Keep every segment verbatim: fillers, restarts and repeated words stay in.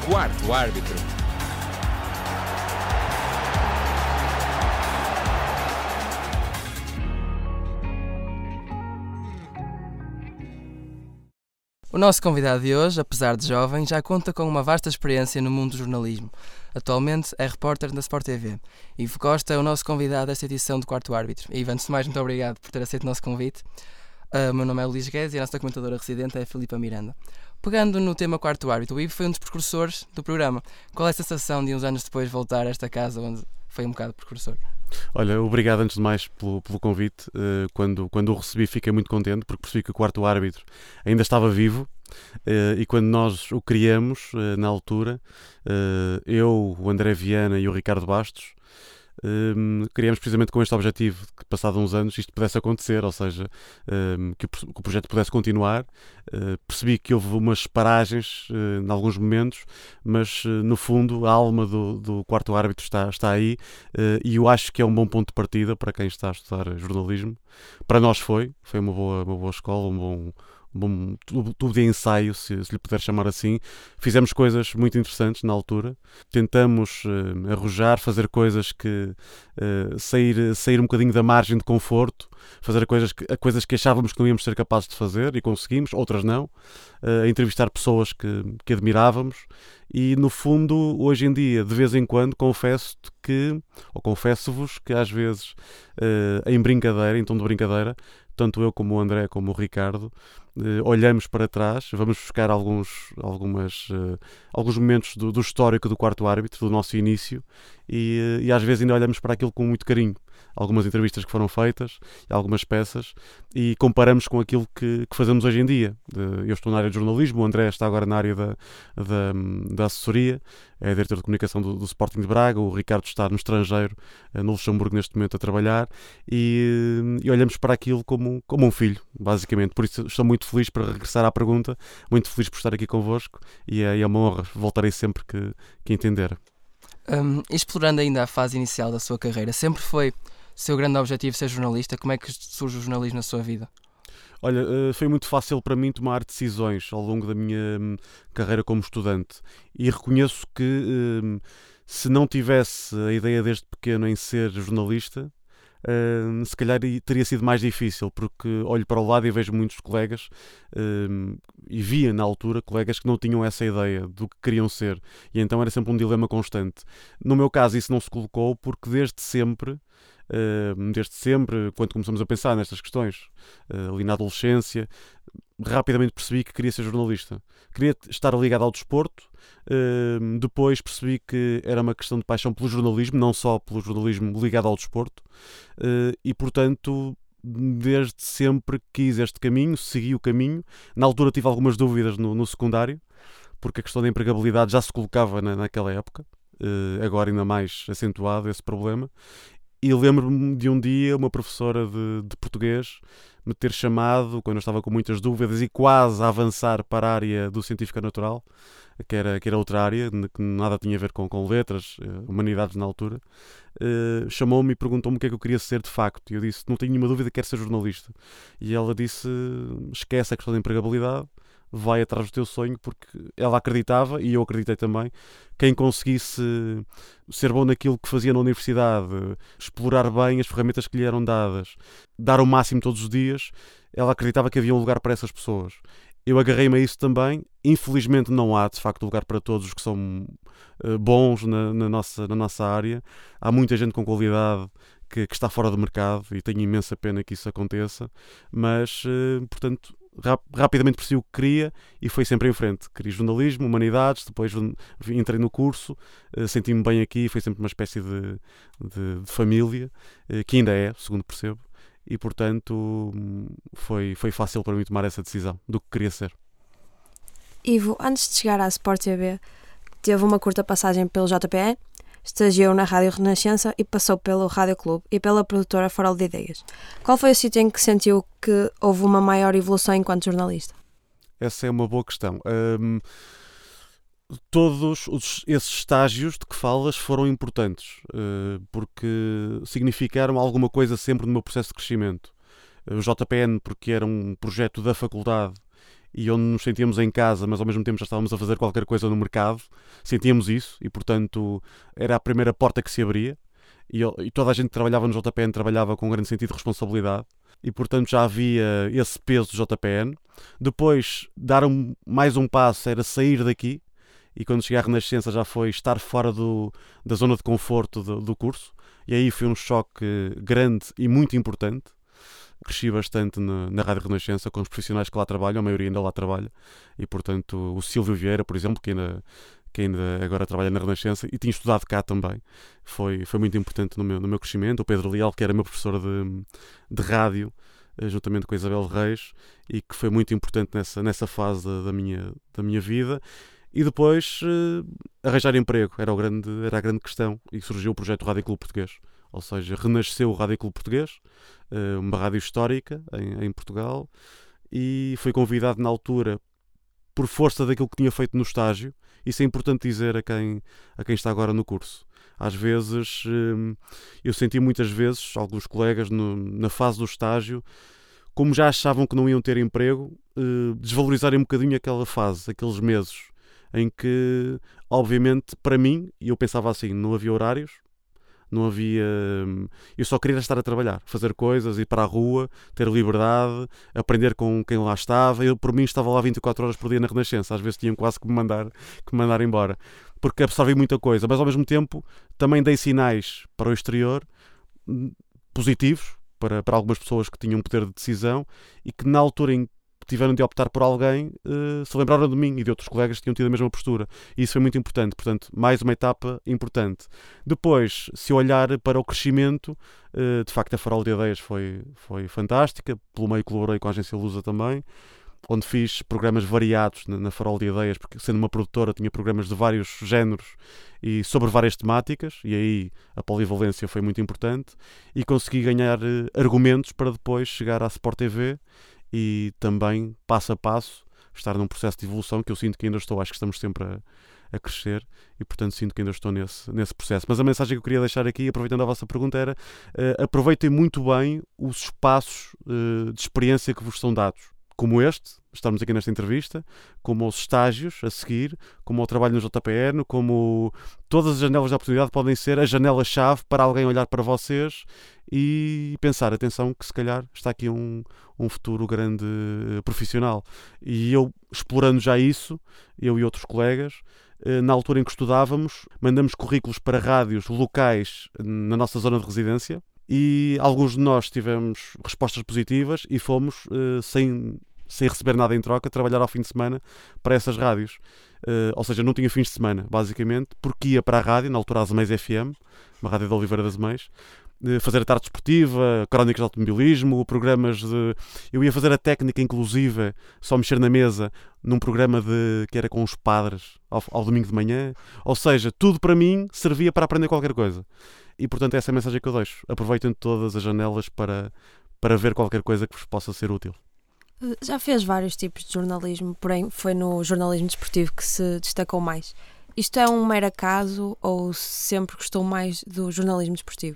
Quarto árbitro. O nosso convidado de hoje, apesar de jovem, já conta com uma vasta experiência no mundo do jornalismo. Atualmente é repórter da Sport T V. Ivo Costa é o nosso convidado desta edição do Quarto Árbitro. E Ivo, antes de mais, muito obrigado por ter aceito o nosso convite. Uh, o meu nome é Luís Guedes e a nossa documentadora residente é a Filipa Miranda. Pegando no tema Quarto Árbitro, o Ivo foi um dos precursores do programa. Qual é a sensação de uns anos depois voltar a esta casa onde foi um bocado precursor? Olha, obrigado antes de mais pelo, pelo convite. Uh, quando, quando o recebi fiquei muito contente porque percebi que o Quarto Árbitro ainda estava vivo uh, e quando nós o criamos, uh, na altura, uh, eu, o André Viana e o Ricardo Bastos, Um, criamos precisamente com este objetivo de que, passados uns anos, isto pudesse acontecer, ou seja, um, que, o, que o projeto pudesse continuar. Uh, percebi que houve umas paragens uh, em alguns momentos, mas uh, no fundo a alma do, do Quarto Árbitro está, está aí, uh, e eu acho que é um bom ponto de partida para quem está a estudar jornalismo. Para nós foi, foi uma boa, uma boa escola, um bom um tubo, tubo de ensaio, se, se lhe puder chamar assim. Fizemos coisas muito interessantes na altura, tentamos uh, arrojar, fazer coisas que uh, sair, sair um bocadinho da margem de conforto, fazer coisas que, coisas que achávamos que não íamos ser capazes de fazer e conseguimos, outras não, uh, entrevistar pessoas que, que admirávamos. E no fundo, hoje em dia, de vez em quando, confesso-te que, ou confesso-vos que às vezes, uh, em brincadeira, em tom de brincadeira, tanto eu como o André como o Ricardo, Uh, olhamos para trás, vamos buscar alguns, algumas, uh, alguns momentos do, do histórico do Quarto Árbitro, do nosso início, e, uh, e às vezes ainda olhamos para aquilo com muito carinho. Algumas entrevistas que foram feitas, algumas peças, e comparamos com aquilo que, que fazemos hoje em dia. Uh, eu estou na área de jornalismo, o André está agora na área da, da, da assessoria, é diretor de comunicação do, do Sporting de Braga, o Ricardo está no estrangeiro, uh, no Luxemburgo neste momento a trabalhar, e, uh, e olhamos para aquilo como, como um filho, basicamente. Por isso estou muito feliz, para regressar à pergunta, muito feliz por estar aqui convosco, e é, é uma honra, voltarei sempre que, que entender. Um, explorando ainda a fase inicial da sua carreira, sempre foi seu grande objetivo ser jornalista? Como é que surge o jornalismo na sua vida? Olha, foi muito fácil para mim tomar decisões ao longo da minha hum, carreira como estudante, e reconheço que hum, se não tivesse a ideia desde pequeno em ser jornalista, Uh, se calhar teria sido mais difícil, porque olho para o lado e vejo muitos colegas, uh, e via na altura colegas que não tinham essa ideia do que queriam ser, e então era sempre um dilema constante. No meu caso isso não se colocou porque desde sempre, uh, desde sempre, quando começamos a pensar nestas questões, uh, ali na adolescência, rapidamente percebi que queria ser jornalista. Queria estar ligado ao desporto. Uh, depois percebi que era uma questão de paixão pelo jornalismo, não só pelo jornalismo ligado ao desporto. Uh, e, portanto, desde sempre quis este caminho, segui o caminho. Na altura tive algumas dúvidas no, no secundário, porque a questão da empregabilidade já se colocava na, naquela época. Uh, agora ainda mais acentuado esse problema. E lembro-me de um dia uma professora de, de português me ter chamado, quando eu estava com muitas dúvidas e quase a avançar para a área do científica natural, que era, que era outra área, que nada tinha a ver com, com letras, humanidades na altura, uh, chamou-me e perguntou-me o que é que eu queria ser de facto. E eu disse, não tenho nenhuma dúvida, quero ser jornalista. E ela disse, esquece a questão da empregabilidade, vai atrás do teu sonho, porque ela acreditava, e eu acreditei também, quem conseguisse ser bom naquilo que fazia na universidade, explorar bem as ferramentas que lhe eram dadas, dar o máximo todos os dias, ela acreditava que havia um lugar para essas pessoas. Eu agarrei-me a isso também. Infelizmente não há, de facto, lugar para todos os que são uh, bons na, na, nossa, na nossa área. Há muita gente com qualidade que, que está fora do mercado, e tenho imensa pena que isso aconteça, mas, uh, portanto, rap- rapidamente percebi o que queria e foi sempre em frente. Queria jornalismo, humanidades, depois entrei no curso, uh, senti-me bem aqui, foi sempre uma espécie de, de, de família, uh, que ainda é, segundo percebo. E, portanto, foi, foi fácil para mim tomar essa decisão do que queria ser. Ivo, antes de chegar à Sport T V, teve uma curta passagem pelo J P E, estagiou na Rádio Renascença e passou pelo Rádio Clube e pela produtora Farol de Ideias. Qual foi o sítio em que sentiu que houve uma maior evolução enquanto jornalista? Essa é uma boa questão. Um... Todos os, esses estágios de que falas foram importantes, uh, porque significaram alguma coisa sempre no meu processo de crescimento. O J P N porque era um projeto da faculdade e onde nos sentíamos em casa, mas ao mesmo tempo já estávamos a fazer qualquer coisa no mercado, sentíamos isso e, portanto, era a primeira porta que se abria e, eu, e toda a gente que trabalhava no J P N trabalhava com um grande sentido de responsabilidade e, portanto, já havia esse peso do J P N. Depois, dar um, mais um passo era sair daqui e, quando cheguei à Renascença, já foi estar fora do, da zona de conforto do, do curso e aí foi um choque grande e muito importante. Cresci bastante na, na Rádio Renascença com os profissionais que lá trabalham, a maioria ainda lá trabalha, e portanto o Silvio Vieira, por exemplo, que ainda, que ainda agora trabalha na Renascença e tinha estudado cá também, foi, foi muito importante no meu, no meu crescimento. O Pedro Leal, que era meu professor de, de rádio, juntamente com a Isabel Reis, e que foi muito importante nessa, nessa fase da, da, minha, da minha vida. E depois arranjar emprego era, o grande, era a grande questão, e surgiu o projeto Rádio Clube Português. Ou seja, renasceu o Rádio Clube Português, uma rádio histórica em, em Portugal, e foi convidado na altura por força daquilo que tinha feito no estágio. Isso é importante dizer a quem, a quem está agora no curso. Às vezes, eu senti muitas vezes, alguns colegas no, na fase do estágio, como já achavam que não iam ter emprego, desvalorizarem um bocadinho aquela fase, aqueles meses, em que, obviamente, para mim, e eu pensava assim, não havia horários, não havia... Eu só queria estar a trabalhar, fazer coisas, ir para a rua, ter liberdade, aprender com quem lá estava. Eu, por mim, estava lá vinte e quatro horas por dia na Renascença. Às vezes tinham quase que me mandar, que me mandar embora. Porque absorvi muita coisa. Mas, ao mesmo tempo, também dei sinais para o exterior positivos, para, para algumas pessoas que tinham poder de decisão e que, na altura em tiveram de optar por alguém, uh, se lembraram de mim e de outros colegas que tinham tido a mesma postura. E isso foi muito importante. Portanto, mais uma etapa importante. Depois, se olhar para o crescimento, uh, de facto a Farol de Ideias foi, foi fantástica. Pelo meio colaborei com a Agência Lusa também, onde fiz programas variados na, na Farol de Ideias, porque sendo uma produtora tinha programas de vários géneros e sobre várias temáticas, e aí a polivalência foi muito importante. E consegui ganhar uh, argumentos para depois chegar à Sport T V e também, passo a passo, estar num processo de evolução que eu sinto que ainda estou. Acho que estamos sempre a, a crescer e, portanto, sinto que ainda estou nesse, nesse processo. Mas a mensagem que eu queria deixar aqui, aproveitando a vossa pergunta, era uh, aproveitem muito bem os espaços uh, de experiência que vos são dados, como este, estamos aqui nesta entrevista, como os estágios a seguir, como o trabalho no J P N, como todas as janelas de oportunidade podem ser a janela-chave para alguém olhar para vocês e pensar, atenção, que se calhar está aqui um, um futuro grande profissional. E eu, explorando já isso, eu e outros colegas, na altura em que estudávamos, mandamos currículos para rádios locais na nossa zona de residência e alguns de nós tivemos respostas positivas e fomos uh, sem... sem receber nada em troca, trabalhar ao fim de semana para essas rádios. Uh, ou seja, não tinha fins de semana, basicamente, porque ia para a rádio, na altura a Azeméis F M, uma rádio de Oliveira das Meias, uh, fazer a tarde desportiva, crónicas de automobilismo, programas de... Eu ia fazer a técnica inclusiva, só mexer na mesa, num programa de... que era com os padres, ao, ao domingo de manhã. Ou seja, tudo para mim servia para aprender qualquer coisa. E, portanto, essa é a mensagem que eu deixo. Aproveitem todas as janelas para, para ver qualquer coisa que vos possa ser útil. Já fez vários tipos de jornalismo, porém foi no jornalismo desportivo que se destacou mais. Isto é um mero acaso ou sempre gostou mais do jornalismo desportivo?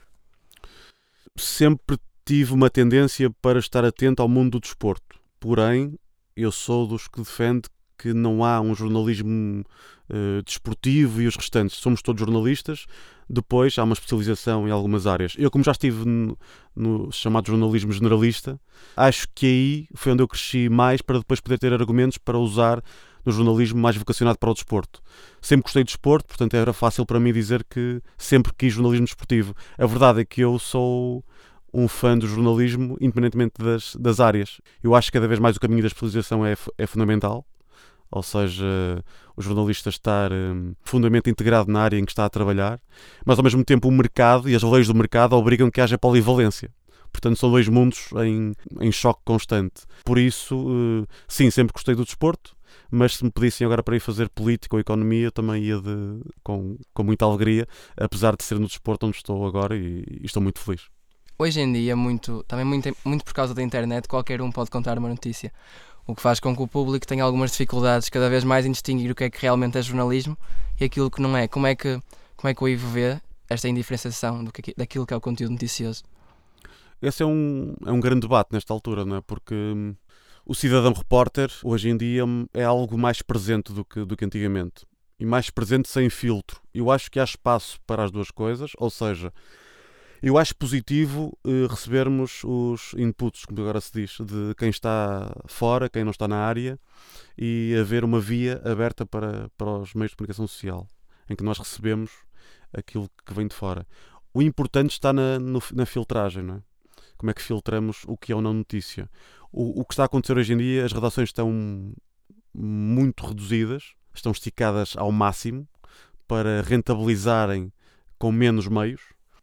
Sempre tive uma tendência para estar atento ao mundo do desporto. Porém, eu sou dos que defende que não há um jornalismo uh, desportivo e os restantes. Somos todos jornalistas. Depois há uma especialização em algumas áreas. Eu, como já estive no, no chamado jornalismo generalista, acho que aí foi onde eu cresci mais para depois poder ter argumentos para usar no jornalismo mais vocacionado para o desporto. Sempre gostei de desporto, portanto era fácil para mim dizer que sempre quis jornalismo desportivo. A verdade é que eu sou um fã do jornalismo, independentemente das, das áreas. Eu acho que cada vez mais o caminho da especialização é, é fundamental. Ou seja, o jornalista estar um, fundamentalmente integrado na área em que está a trabalhar, mas ao mesmo tempo o mercado e as leis do mercado obrigam que haja polivalência. Portanto, são dois mundos em, em choque constante. Por isso, uh, sim, sempre gostei do desporto, mas se me pedissem agora para ir fazer política ou economia, eu também ia de, com, com muita alegria, apesar de ser no desporto onde estou agora e, e estou muito feliz. Hoje em dia, muito, também muito, muito por causa da internet, qualquer um pode contar uma notícia. O que faz com que o público tenha algumas dificuldades cada vez mais em distinguir o que é que realmente é jornalismo e aquilo que não é. Como é que, como é que o Ivo vê esta indiferenciação do que, daquilo que é o conteúdo noticioso? Esse é um, é um grande debate nesta altura, não é? Porque hum, O cidadão repórter, hoje em dia, é algo mais presente do que, do que antigamente. E mais presente sem filtro. Eu acho que há espaço para as duas coisas, ou seja, eu acho positivo eh, recebermos os inputs, como agora se diz, de quem está fora, quem não está na área, e haver uma via aberta para, para os meios de comunicação social, em que nós recebemos aquilo que vem de fora. O importante está na, no, na filtragem, não é? Como é que filtramos o que é ou não notícia. O, o que está a acontecer hoje em dia, as redações estão muito reduzidas, estão esticadas ao máximo para rentabilizarem com menos meios,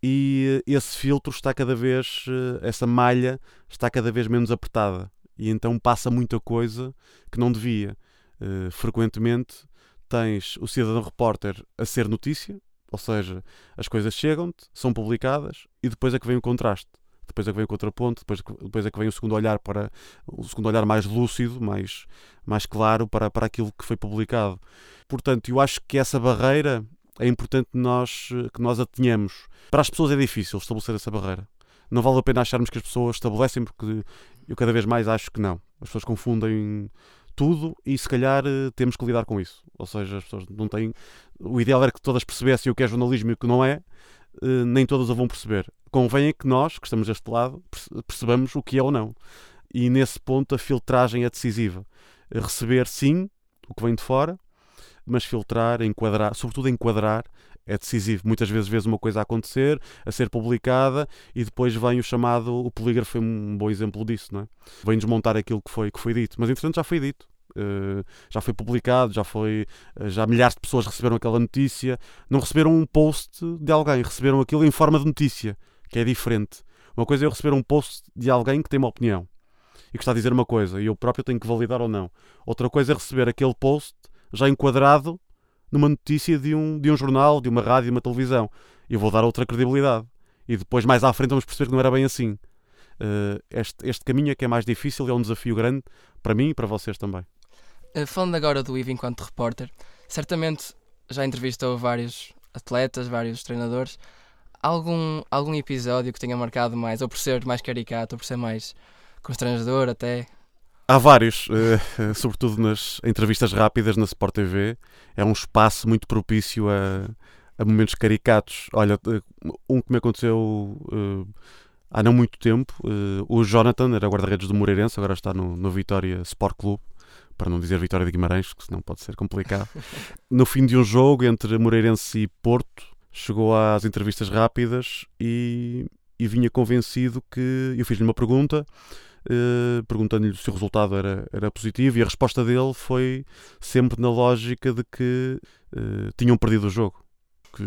e esse filtro está cada vez, essa malha está cada vez menos apertada, e então passa muita coisa que não devia. Uh, frequentemente tens o cidadão repórter a ser notícia, ou seja, as coisas chegam-te, são publicadas, e depois é que vem o contraste. Depois é que vem o contraponto, depois, depois é que vem o segundo olhar, para, o segundo olhar mais lúcido, mais, mais claro para, para aquilo que foi publicado. Portanto, eu acho que essa barreira é importante nós, que nós a tenhamos. Para as pessoas é difícil estabelecer essa barreira. Não vale a pena acharmos que as pessoas estabelecem, porque eu cada vez mais acho que não. As pessoas confundem tudo e se calhar temos que lidar com isso. Ou seja, as pessoas não têm... O ideal era que todas percebessem o que é jornalismo e o que não é. Nem todas a vão perceber. Convém é que nós, que estamos deste lado, percebamos o que é ou não. E nesse ponto a filtragem é decisiva. Receber, sim, o que vem de fora, mas filtrar, enquadrar, sobretudo enquadrar, é decisivo. Muitas vezes vês uma coisa a acontecer, a ser publicada, e depois vem o chamado, o polígrafo foi um bom exemplo disso, não é? Vem desmontar aquilo que foi, que foi dito. Mas entretanto já foi dito. Uh, já foi publicado, já foi uh, já milhares de pessoas receberam aquela notícia, não receberam um post de alguém, receberam aquilo em forma de notícia, que é diferente. Uma coisa é eu receber um post de alguém que tem uma opinião e que está a dizer uma coisa e eu próprio tenho que validar ou não. Outra coisa é receber aquele post já enquadrado numa notícia de um, de um jornal, de uma rádio, de uma televisão, e eu vou dar outra credibilidade, e depois mais à frente vamos perceber que não era bem assim. Uh, este, este caminho é que é mais difícil, é um desafio grande para mim e para vocês também. Falando agora do Ivo enquanto repórter, certamente já entrevistou vários atletas, vários treinadores. Algum, algum episódio que tenha marcado mais, ou por ser mais caricato, ou por ser mais constrangedor até? Há vários, uh, sobretudo nas entrevistas rápidas na Sport T V. É um espaço muito propício a, a momentos caricatos. Olha, um que me aconteceu uh, há não muito tempo, uh, o Jonathan, era guarda-redes do Moreirense, agora está no, no Vitória Sport Clube, para não dizer Vitória de Guimarães, que senão pode ser complicado. No fim de um jogo entre Moreirense e Porto, chegou às entrevistas rápidas e, e vinha convencido que... Eu fiz-lhe uma pergunta, eh, perguntando-lhe se o resultado era, era positivo, e a resposta dele foi sempre na lógica de que eh, tinham perdido o jogo. Que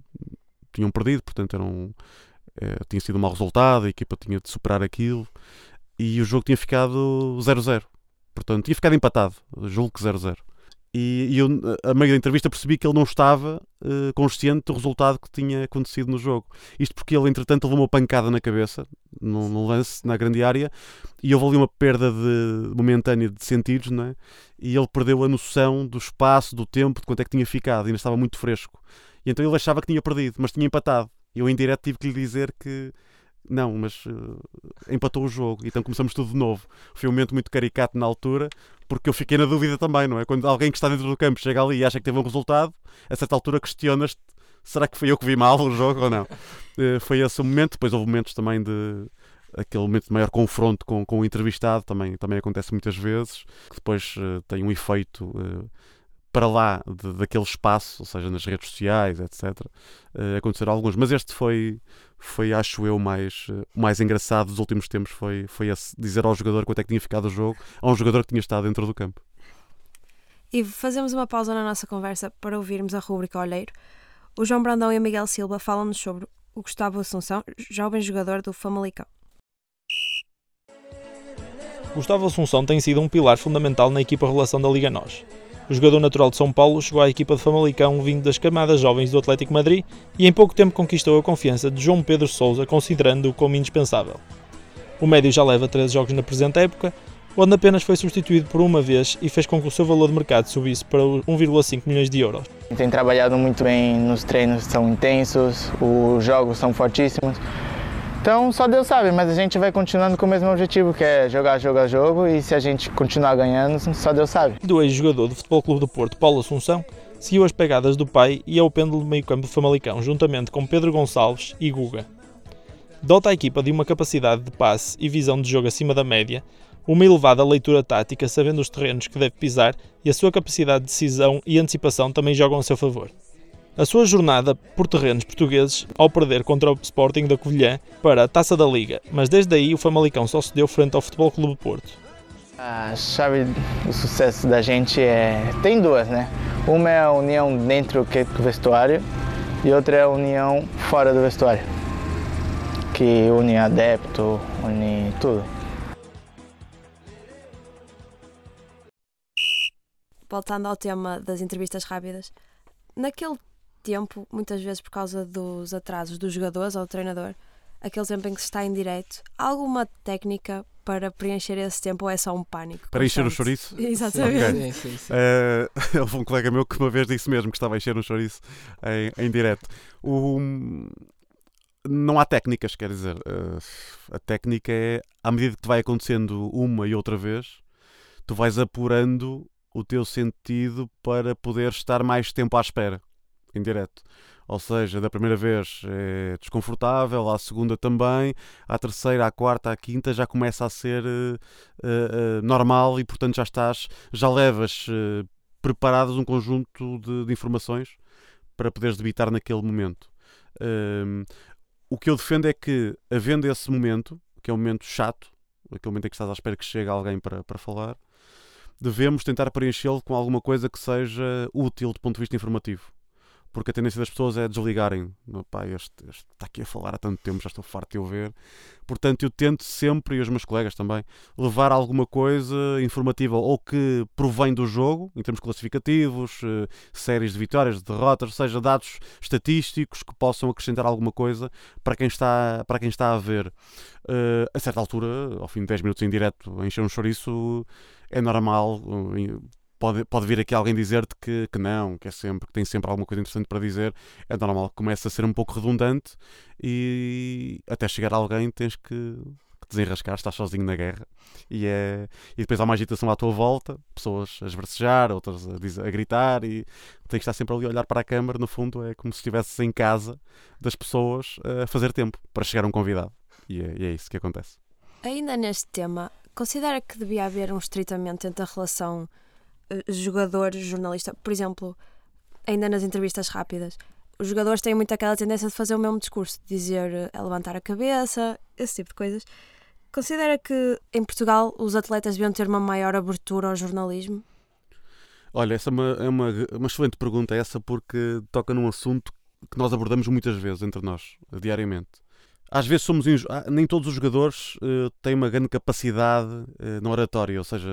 tinham perdido, portanto era um, eh, tinha sido um mau resultado, a equipa tinha de superar aquilo, e o jogo tinha ficado zero a zero. Portanto, tinha ficado empatado, julgo que zero a zero. E, e eu, a meio da entrevista, percebi que ele não estava uh, consciente do resultado que tinha acontecido no jogo. Isto porque ele, entretanto, levou uma pancada na cabeça, num, num lance na grande área, e houve ali uma perda de, momentânea de sentidos, não é? E ele perdeu a noção do espaço, do tempo, de quanto é que tinha ficado, ainda estava muito fresco. E então ele achava que tinha perdido, mas tinha empatado. E eu, em direto, tive que lhe dizer que não, mas uh, empatou o jogo, então começamos tudo de novo. Foi um momento muito caricato na altura, porque eu fiquei na dúvida também, não é? Quando alguém que está dentro do campo chega ali e acha que teve um resultado, a certa altura questionas-te, será que foi eu que vi mal o jogo ou não? Uh, foi esse o momento. Depois houve momentos também de... aquele momento de maior confronto com, com o entrevistado, também, também acontece muitas vezes, que depois uh, tem um efeito... Uh, para lá de, daquele espaço, ou seja, nas redes sociais, etcétera. Uh, aconteceram alguns, mas este foi, foi acho eu, mais, uh, o mais engraçado dos últimos tempos, foi, foi esse, dizer ao jogador quanto é que tinha ficado o jogo, a um jogador que tinha estado dentro do campo. E fazemos uma pausa na nossa conversa para ouvirmos a rúbrica Olheiro. O João Brandão e o Miguel Silva falam-nos sobre o Gustavo Assunção, jovem jogador do Famalicão. Gustavo Assunção tem sido um pilar fundamental na equipa Revelação da Liga Nós. O jogador natural de São Paulo chegou à equipa de Famalicão vindo das camadas jovens do Atlético Madrid e em pouco tempo conquistou a confiança de João Pedro Sousa, considerando-o como indispensável. O médio já leva treze jogos na presente época, onde apenas foi substituído por uma vez e fez com que o seu valor de mercado subisse para um vírgula cinco milhões de euros. Tem trabalhado muito bem nos treinos, são intensos, os jogos são fortíssimos, Então só Deus sabe, mas a gente vai continuando com o mesmo objetivo, que é jogar jogo a jogo, e se a gente continuar ganhando, só Deus sabe. Do ex-jogador do Futebol Clube do Porto, Paulo Assunção, seguiu as pegadas do pai e é o pêndulo do meio-campo do Famalicão, juntamente com Pedro Gonçalves e Guga. Dota a equipa de uma capacidade de passe e visão de jogo acima da média, uma elevada leitura tática, sabendo os terrenos que deve pisar, e a sua capacidade de decisão e antecipação também jogam a seu favor. A sua jornada por terrenos portugueses ao perder contra o Sporting da Covilhã para a Taça da Liga, mas desde aí o Famalicão só se deu frente ao Futebol Clube do Porto. A chave do sucesso da gente é... tem duas, né? Uma é a união dentro do vestuário e outra é a união fora do vestuário, que une adepto, une tudo. Voltando ao tema das entrevistas rápidas, naquele tempo, muitas vezes por causa dos atrasos dos jogadores ou do treinador, aquele tempo em que se está em direto, há alguma técnica para preencher esse tempo ou é só um pânico? Para encher o chouriço? Exatamente. Okay. Sim, sim, sim. Uh, houve um colega meu que uma vez disse mesmo que estava a encher um chouriço em, em direto. O... Não há técnicas, quer dizer, uh, a técnica é, à medida que te vai acontecendo uma e outra vez, tu vais apurando o teu sentido para poder estar mais tempo à espera, em direto. Ou seja, da primeira vez é desconfortável, à segunda também, à terceira, à quarta, à quinta já começa a ser uh, uh, normal e, portanto, já estás, já levas uh, preparadas um conjunto de, de informações para poderes debitar naquele momento. Uh, o que eu defendo é que, havendo esse momento, que é um momento chato, aquele momento em que estás à espera que chegue alguém para, para falar, devemos tentar preenchê-lo com alguma coisa que seja útil do ponto de vista informativo. Porque a tendência das pessoas é desligarem. Pá, este, este está aqui a falar há tanto tempo, já estou farto de eu ver. Portanto, eu tento sempre, e os meus colegas também, levar alguma coisa informativa ou que provém do jogo, em termos classificativos, séries de vitórias, de derrotas, ou seja, dados estatísticos que possam acrescentar alguma coisa para quem está, para quem está a ver. Uh, a certa altura, ao fim de dez minutos em direto, a encher um chouriço, é normal. Pode, pode vir aqui alguém dizer-te que, que não, que é sempre, que tem sempre alguma coisa interessante para dizer. É normal que comece a ser um pouco redundante e até chegar alguém tens que, que desenrascar, estás sozinho na guerra. E, é, e depois há uma agitação à tua volta, pessoas a esbracejar, outras a, dizer, a gritar, e tens que estar sempre ali a olhar para a câmara. No fundo é como se estivesses em casa das pessoas a fazer tempo para chegar um convidado. E é, e é isso que acontece. Ainda neste tema, considera que devia haver um estreitamento entre a relação jogador-jornalista? Por exemplo, ainda nas entrevistas rápidas, os jogadores têm muito aquela tendência de fazer o mesmo discurso, de dizer, a levantar a cabeça, esse tipo de coisas. Considera que em Portugal os atletas deviam ter uma maior abertura ao jornalismo? Olha, essa é uma, é uma, uma excelente pergunta essa, porque toca num assunto que nós abordamos muitas vezes entre nós, diariamente. Às vezes somos inju... nem todos os jogadores uh, têm uma grande capacidade uh, na oratória, ou seja,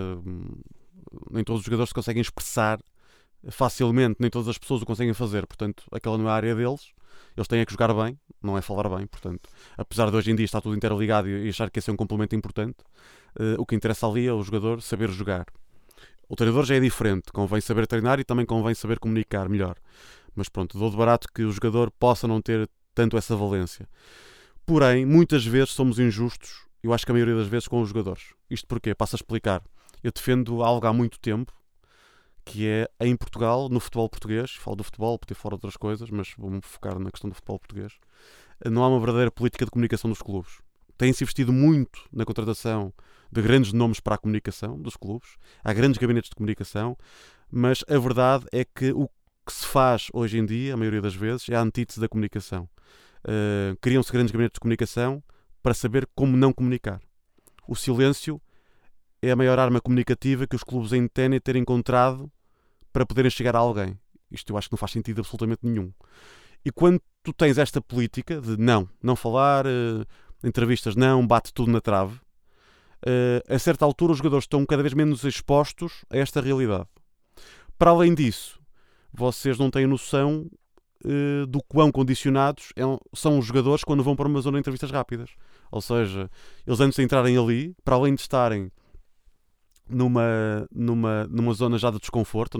nem todos os jogadores se conseguem expressar facilmente, nem todas as pessoas o conseguem fazer, portanto, aquela não é a área deles, eles têm é que jogar bem, não é falar bem, portanto, apesar de hoje em dia estar tudo interligado e achar que esse é um complemento importante, uh, o que interessa ali é o jogador saber jogar. O treinador já é diferente, convém saber treinar e também convém saber comunicar melhor, mas pronto, dou de barato que o jogador possa não ter tanto essa valência. Porém, muitas vezes somos injustos, eu acho que a maioria das vezes, com os jogadores. Isto porquê? Passo a explicar. Eu defendo algo há muito tempo, que é em Portugal, no futebol português, falo do futebol, poder fora outras coisas, mas vou-me focar na questão do futebol português, não há uma verdadeira política de comunicação dos clubes. Tem-se investido muito na contratação de grandes nomes para a comunicação dos clubes, há grandes gabinetes de comunicação, mas a verdade é que o que se faz hoje em dia, a maioria das vezes, é a antítese da comunicação. Uh, criam-se grandes gabinetes de comunicação para saber como não comunicar. O silêncio é a maior arma comunicativa que os clubes entendem ter encontrado para poderem chegar a alguém. Isto eu acho que não faz sentido absolutamente nenhum. E quando tu tens esta política de não, não falar, uh, entrevistas não, bate tudo na trave, uh, a certa altura os jogadores estão cada vez menos expostos a esta realidade. Para além disso, vocês não têm noção uh, do quão condicionados é, são os jogadores quando vão para uma zona de entrevistas rápidas. Ou seja, eles antes de entrarem ali, para além de estarem numa, numa, numa zona já de desconforto, não é?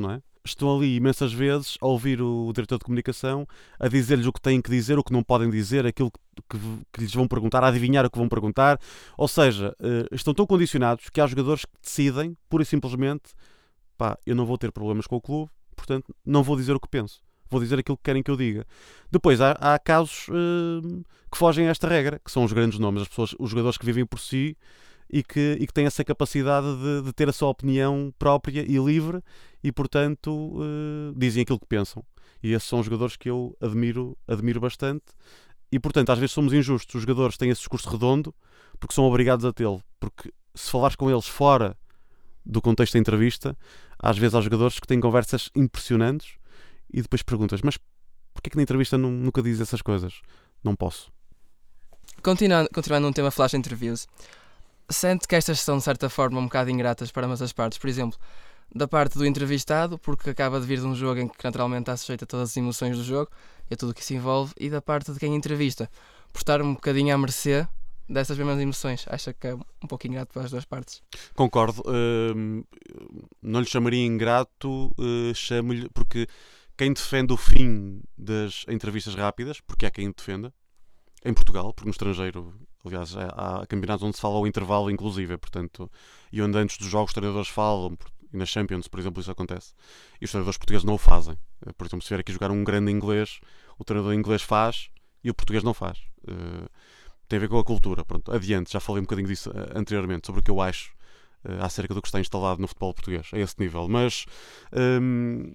estão ali imensas vezes a ouvir o diretor de comunicação, a dizer-lhes o que têm que dizer, o que não podem dizer, aquilo que, que, que lhes vão perguntar, a adivinhar o que vão perguntar. Ou seja, estão tão condicionados que há jogadores que decidem, pura e simplesmente, pá, eu não vou ter problemas com o clube, portanto não vou dizer o que penso. Vou dizer aquilo que querem que eu diga. Depois há, há casos uh, que fogem a esta regra, que são os grandes nomes, as pessoas, os jogadores que vivem por si e que, e que têm essa capacidade de, de ter a sua opinião própria e livre e, portanto, uh, dizem aquilo que pensam. E esses são os jogadores que eu admiro, admiro bastante. E, portanto, às vezes somos injustos. Os jogadores têm esse discurso redondo porque são obrigados a tê-lo. Porque se falares com eles fora do contexto da entrevista, às vezes há jogadores que têm conversas impressionantes e depois perguntas, mas porquê que na entrevista não, nunca dizes essas coisas? Não posso. Continuando, continuando no tema flash interviews, sente que estas são de certa forma um bocado ingratas para ambas as partes? Por exemplo, da parte do entrevistado, porque acaba de vir de um jogo em que naturalmente está sujeito a todas as emoções do jogo e a tudo o que isso envolve, e da parte de quem entrevista, por estar um bocadinho à mercê dessas mesmas emoções. Acha que é um pouco ingrato para as duas partes? Concordo. Uh, não lhe chamaria ingrato, uh, chamo-lhe porque quem defende o fim das entrevistas rápidas, porque há quem o defenda, em Portugal, porque no estrangeiro, aliás, há campeonatos onde se fala ao intervalo, inclusive, portanto, e onde antes dos jogos os treinadores falam, e na Champions, por exemplo, isso acontece. E os treinadores portugueses não o fazem. Por exemplo, se vier aqui jogar um grande inglês, o treinador inglês faz e o português não faz. Uh, tem a ver com a cultura. Pronto, adiante, já falei um bocadinho disso uh, anteriormente, sobre o que eu acho uh, acerca do que está instalado no futebol português, a esse nível. Mas... Um,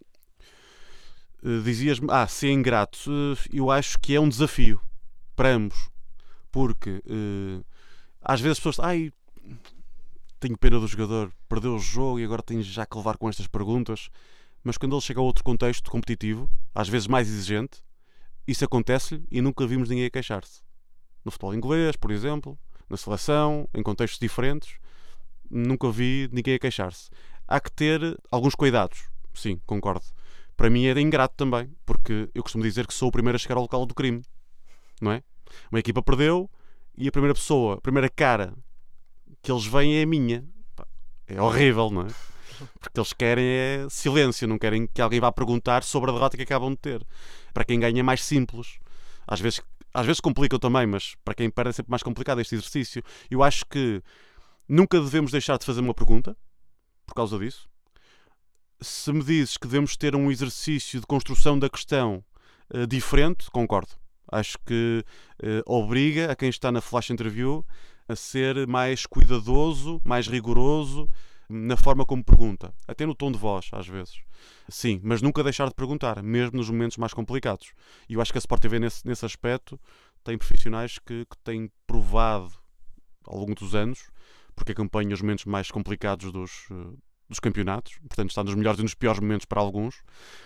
Uh, dizias-me, ah, ser ingrato, uh, eu acho que é um desafio para ambos, porque uh, às vezes as pessoas, ai, tenho pena do jogador, perdeu o jogo e agora tenho já que levar com estas perguntas, mas quando ele chega a outro contexto competitivo, às vezes mais exigente, isso acontece-lhe e nunca vimos ninguém a queixar-se. No futebol inglês, por exemplo, na seleção, em contextos diferentes, nunca vi ninguém a queixar-se. Há que ter alguns cuidados, sim, concordo. Para mim é de ingrato também, porque eu costumo dizer que sou o primeiro a chegar ao local do crime, não é? Uma equipa perdeu e a primeira pessoa, a primeira cara que eles veem é a minha. É horrível, não é? Porque eles querem é silêncio, não querem que alguém vá perguntar sobre a derrota que acabam de ter. Para quem ganha é mais simples. Às vezes, às vezes complicam também, mas para quem perde é sempre mais complicado este exercício. Eu acho que nunca devemos deixar de fazer uma pergunta por causa disso. Se me dizes que devemos ter um exercício de construção da questão uh, diferente, concordo. Acho que uh, obriga a quem está na flash interview a ser mais cuidadoso, mais rigoroso na forma como pergunta. Até no tom de voz, às vezes. Sim, mas nunca deixar de perguntar, mesmo nos momentos mais complicados. E eu acho que a Sport T V, nesse, nesse aspecto, tem profissionais que, que têm provado ao longo dos anos, porque acompanham os momentos mais complicados dos... Uh, dos campeonatos, portanto está nos melhores e nos piores momentos para alguns,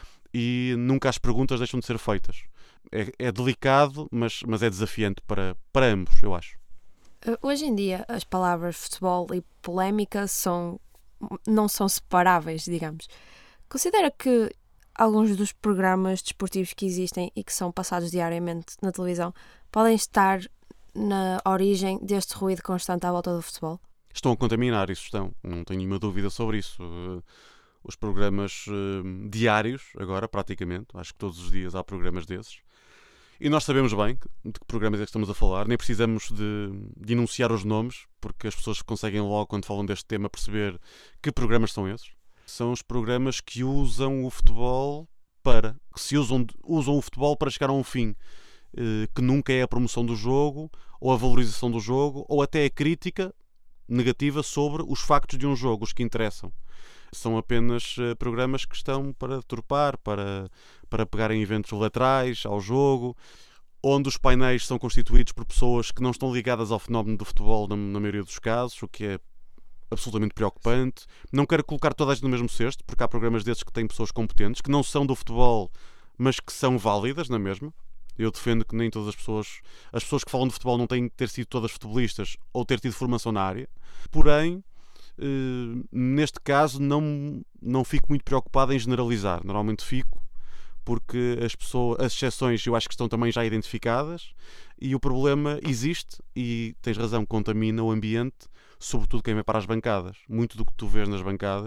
e nunca as perguntas deixam de ser feitas. É, é delicado, mas, mas é desafiante para, para ambos, eu acho. Hoje em dia as palavras futebol e polémica são, não são separáveis, digamos. Considera que alguns dos programas desportivos que existem e que são passados diariamente na televisão podem estar na origem deste ruído constante à volta do futebol? Estão a contaminar, isso estão, não tenho nenhuma dúvida sobre isso. Os programas uh, diários, agora praticamente, acho que todos os dias há programas desses, e nós sabemos bem de que programas é que estamos a falar, nem precisamos de, de enunciar os nomes, porque as pessoas conseguem logo, quando falam deste tema, perceber que programas são esses. São os programas que usam o futebol para, que se usam, usam o futebol para chegar a um fim, uh, que nunca é a promoção do jogo, ou a valorização do jogo, ou até a crítica negativa sobre os factos de um jogo, os que interessam. São apenas uh, programas que estão para deturpar, para, para pegarem eventos laterais ao jogo, onde os painéis são constituídos por pessoas que não estão ligadas ao fenómeno do futebol na, na maioria dos casos, o que é absolutamente preocupante. Não quero colocar todas no mesmo cesto, porque há programas desses que têm pessoas competentes, que não são do futebol, mas que são válidas na mesma. Eu defendo que nem todas as pessoas, as pessoas que falam de futebol não têm que ter sido todas futebolistas ou ter tido formação na área. Porém, eh, neste caso não, não fico muito preocupado em generalizar. Normalmente fico, porque as pessoas, as exceções eu acho que estão também já identificadas e o problema existe e tens razão, contamina o ambiente, sobretudo quem vai para as bancadas. Muito do que tu vês nas bancadas,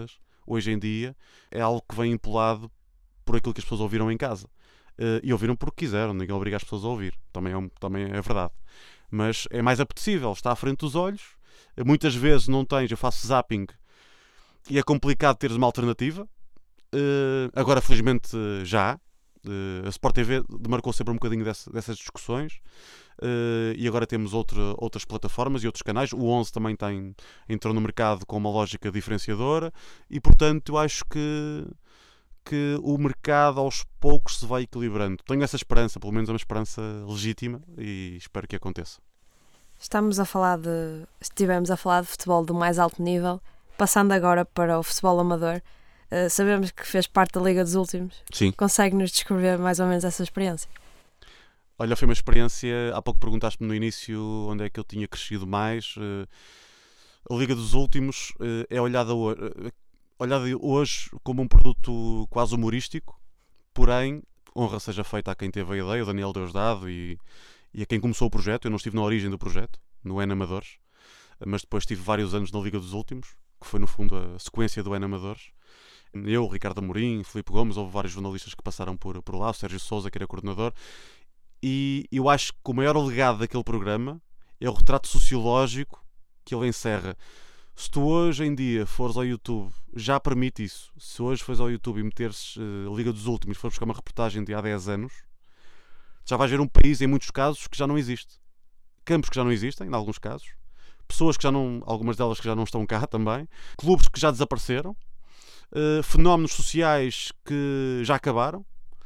hoje em dia, é algo que vem empolado por aquilo que as pessoas ouviram em casa. Uh, e ouviram porque quiseram, ninguém obriga as pessoas a ouvir. Também é, um, também é verdade. Mas é mais apetecível, está à frente dos olhos. Uh, muitas vezes não tens, eu faço zapping e é complicado teres uma alternativa. Uh, agora, felizmente, já há. Uh, a Sport T V demarcou sempre um bocadinho dessa, dessas discussões. Uh, e agora temos outra, outras plataformas e outros canais. O onze também tem, entrou no mercado com uma lógica diferenciadora. E, portanto, eu acho que que o mercado aos poucos se vai equilibrando. Tenho essa esperança, pelo menos é uma esperança legítima, e espero que aconteça. Estamos a falar de, estivemos a falar de futebol do mais alto nível, passando agora para o futebol amador. Uh, sabemos que fez parte da Liga dos Últimos. Sim. Consegue-nos descrever mais ou menos essa experiência? Olha, foi uma experiência, há pouco perguntaste-me no início onde é que eu tinha crescido mais. Uh, a Liga dos Últimos uh, é olhada hoje... Uh, olhado hoje como um produto quase humorístico, porém, honra seja feita a quem teve a ideia, o Daniel Deusdado, e, e a quem começou o projeto. Eu não estive na origem do projeto, no N Amadores, mas depois tive vários anos na Liga dos Últimos, que foi no fundo a sequência do N Amadores. Eu, o Ricardo Amorim, Filipe Gomes, houve vários jornalistas que passaram por, por lá, o Sérgio Sousa, que era coordenador, e eu acho que o maior legado daquele programa é o retrato sociológico que ele encerra. Se tu hoje em dia fores ao YouTube, já permite isso. Se hoje fores ao YouTube e meteres uh, Liga dos Últimos, fores buscar uma reportagem de há dez anos, já vais ver um país, em muitos casos, que já não existe. Campos que já não existem, em alguns casos. Pessoas que já não, algumas delas que já não estão cá também. Clubes que já desapareceram. Uh, fenómenos sociais que já acabaram.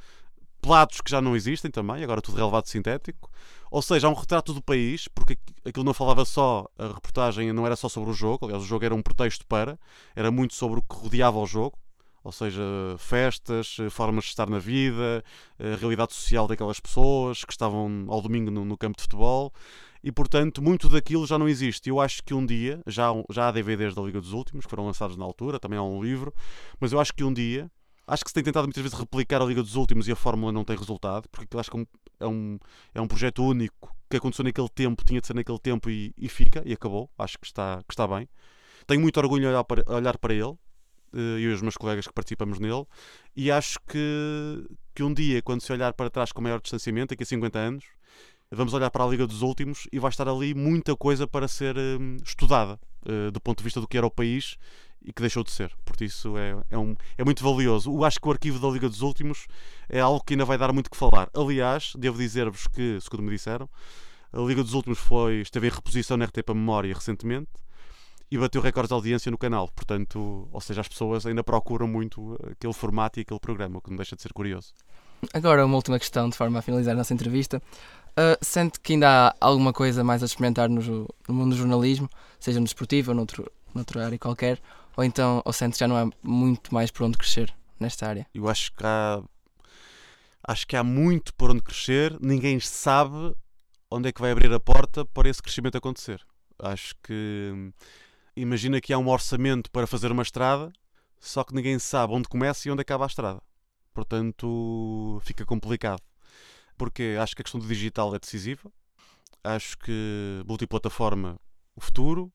Platos que já não existem também, agora tudo relevado sintético. Ou seja, há um retrato do país, porque aquilo não falava só, a reportagem não era só sobre o jogo, aliás o jogo era um pretexto para, era muito sobre o que rodeava o jogo, ou seja, festas, formas de estar na vida, a realidade social daquelas pessoas que estavam ao domingo no, no campo de futebol, e portanto muito daquilo já não existe. Eu acho que um dia, já, já há D V Ds da Liga dos Últimos, que foram lançados na altura, também há um livro, mas eu acho que um dia, acho que se tem tentado muitas vezes replicar a Liga dos Últimos e a fórmula não tem resultado, porque eu acho que é um, é um projeto único que aconteceu naquele tempo, tinha de ser naquele tempo e, e fica, e acabou. Acho que está, que está bem. Tenho muito orgulho a olhar para, a olhar para ele, eu e os meus colegas que participamos nele, e acho que, que um dia, quando se olhar para trás com maior distanciamento, daqui a cinquenta anos, vamos olhar para a Liga dos Últimos e vai estar ali muita coisa para ser hum, estudada, uh, do ponto de vista do que era o país e que deixou de ser. Por isso é, é, um, é muito valioso. Eu acho que o arquivo da Liga dos Últimos é algo que ainda vai dar muito que falar. Aliás, devo dizer-vos que, segundo me disseram, a Liga dos Últimos foi, esteve em reposição na R T P Memória recentemente e bateu recordes de audiência no canal. Portanto, ou seja, as pessoas ainda procuram muito aquele formato e aquele programa, o que não deixa de ser curioso. Agora uma última questão, de forma a finalizar a nossa entrevista. Uh, sente que ainda há alguma coisa mais a experimentar no, no mundo do jornalismo, seja no desportivo ou noutro, noutra área qualquer, ou então ou sente que já não há muito mais por onde crescer nesta área? Eu acho que há, acho que há muito por onde crescer, ninguém sabe onde é que vai abrir a porta para esse crescimento acontecer. Acho que, imagina que há um orçamento para fazer uma estrada, só que ninguém sabe onde começa e onde acaba a estrada. Portanto, fica complicado. Porque acho que a questão do digital é decisiva, acho que multiplataforma o futuro,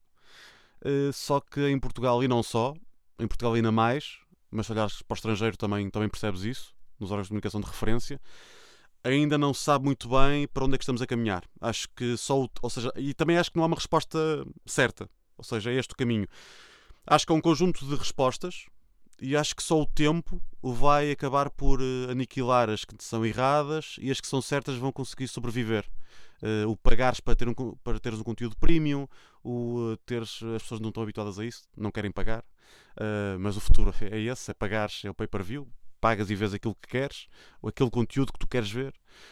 só que em Portugal e não só, em Portugal ainda mais, mas se olhares para o estrangeiro também, também percebes isso, nos órgãos de comunicação de referência, ainda não se sabe muito bem para onde é que estamos a caminhar. Acho que só, o, ou seja, e também acho que não há uma resposta certa, ou seja, é este o caminho. Acho que é um conjunto de respostas, e acho que só o tempo vai acabar por uh, aniquilar as que são erradas e as que são certas vão conseguir sobreviver. Uh, o pagares para, ter um, para teres um conteúdo premium, o uh, teres, as pessoas não estão habituadas a isso, não querem pagar, uh, mas o futuro é esse, é pagares, é o pay-per-view, pagas e vês aquilo que queres, ou aquele conteúdo que tu queres ver.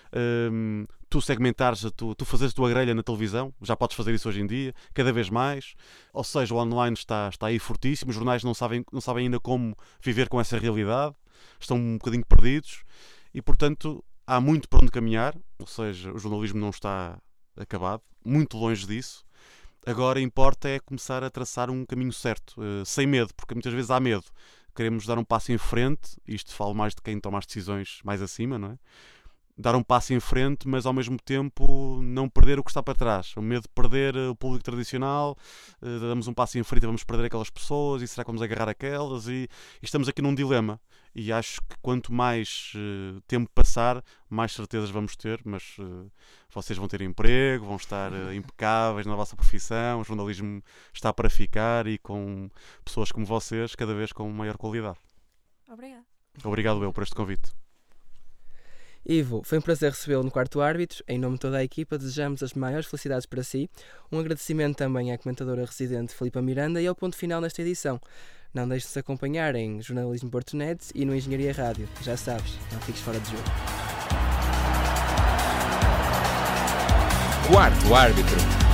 Um, tu segmentares, tu, tu fazes a tua grelha na televisão, já podes fazer isso hoje em dia, cada vez mais. Ou seja, o online está, está aí fortíssimo, os jornais não sabem, não sabem ainda como viver com essa realidade, estão um bocadinho perdidos e, portanto, há muito para onde caminhar. Ou seja, o jornalismo não está acabado, muito longe disso. Agora importa é começar a traçar um caminho certo, uh, sem medo, porque muitas vezes há medo. Queremos dar um passo em frente, isto falo mais de quem toma as decisões mais acima, não é? dar um passo em frente, mas ao mesmo tempo não perder o que está para trás. O medo de perder o público tradicional, uh, damos um passo em frente e vamos perder aquelas pessoas, e será que vamos agarrar aquelas? E, e estamos aqui num dilema. E acho que quanto mais uh, tempo passar, mais certezas vamos ter, mas uh, vocês vão ter emprego, vão estar uh, impecáveis na vossa profissão, o jornalismo está para ficar, e com pessoas como vocês, cada vez com maior qualidade. Obrigada. Obrigado eu por este convite. Ivo, foi um prazer recebê-lo no Quarto Árbitro. Em nome de toda a equipa, desejamos as maiores felicidades para si. Um agradecimento também à comentadora residente Filipa Miranda e ao ponto final nesta edição. Não deixes de se acompanhar em jornalismo ponto net e no Engenharia Rádio. Já sabes, não fiques fora de jogo. Quarto Árbitro.